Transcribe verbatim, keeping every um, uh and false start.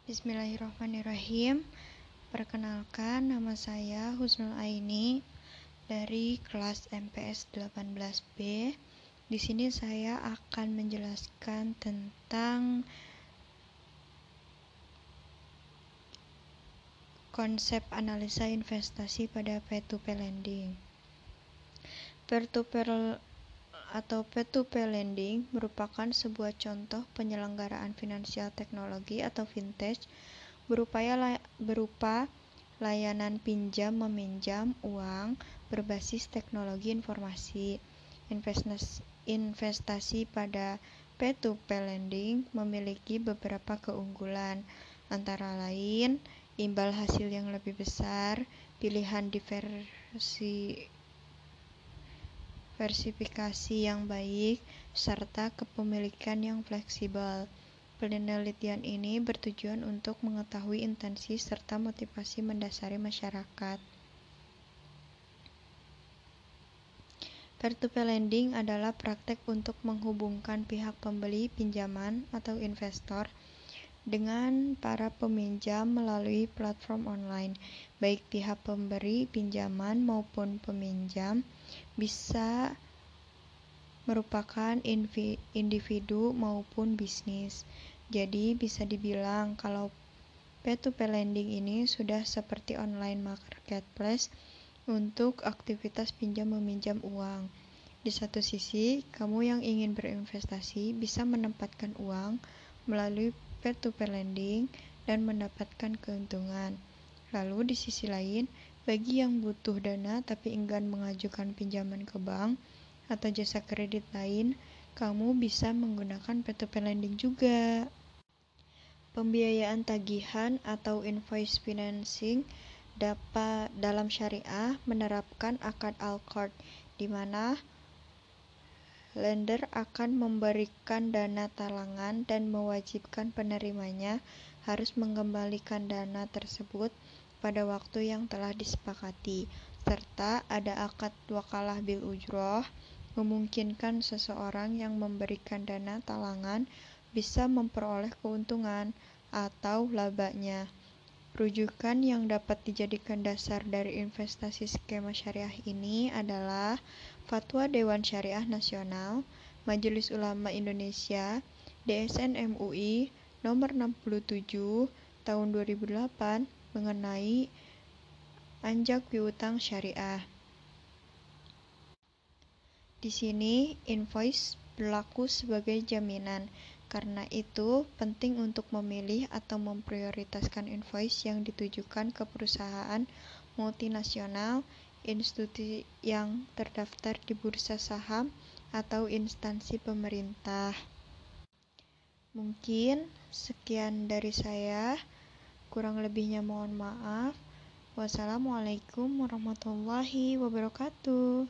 Bismillahirrahmanirrahim. Perkenalkan, nama saya Husnul Aini dari kelas M P S delapan belas B. Di sini saya akan menjelaskan tentang konsep analisa investasi pada P-to-P lending. Peer-to-peer atau P-to-P lending merupakan sebuah contoh penyelenggaraan finansial teknologi atau fintech berupaya lay- berupa layanan pinjam meminjam uang berbasis teknologi informasi. Investasi, investasi pada P-to-P lending memiliki beberapa keunggulan, antara lain imbal hasil yang lebih besar, pilihan diversi diversifikasi yang baik, serta kepemilikan yang fleksibel. Penelitian ini bertujuan untuk mengetahui intensi serta motivasi mendasari masyarakat. Peer-to-peer lending adalah praktek untuk menghubungkan pihak pembeli pinjaman atau investor dengan para peminjam melalui platform online. Baik pihak pemberi pinjaman maupun peminjam bisa merupakan individu maupun bisnis. Jadi bisa dibilang kalau P-to-P lending ini sudah seperti online marketplace untuk aktivitas pinjam meminjam uang. Di satu sisi, kamu yang ingin berinvestasi bisa menempatkan uang melalui P-to-P lending dan mendapatkan keuntungan. Lalu di sisi lain, bagi yang butuh dana tapi enggan mengajukan pinjaman ke bank atau jasa kredit lain, kamu bisa menggunakan P-to-P lending juga. Pembiayaan tagihan atau invoice financing dapat dalam syariah menerapkan akad al-qard, di mana lender akan memberikan dana talangan dan mewajibkan penerimanya harus mengembalikan dana tersebut pada waktu yang telah disepakati, serta ada akad wakalah bil ujroh, memungkinkan seseorang yang memberikan dana talangan bisa memperoleh keuntungan atau labanya. Rujukan yang dapat dijadikan dasar dari investasi skema syariah ini adalah Fatwa Dewan Syariah Nasional, Majelis Ulama Indonesia, D S N M U I nomor enam puluh tujuh tahun dua ribu delapan mengenai anjak piutang syariah. Di sini invoice berlaku sebagai jaminan. Karena itu, penting untuk memilih atau memprioritaskan invoice yang ditujukan ke perusahaan multinasional, institusi yang terdaftar di bursa saham, atau instansi pemerintah. Mungkin sekian dari saya, kurang lebihnya mohon maaf. Wassalamualaikum warahmatullahi wabarakatuh.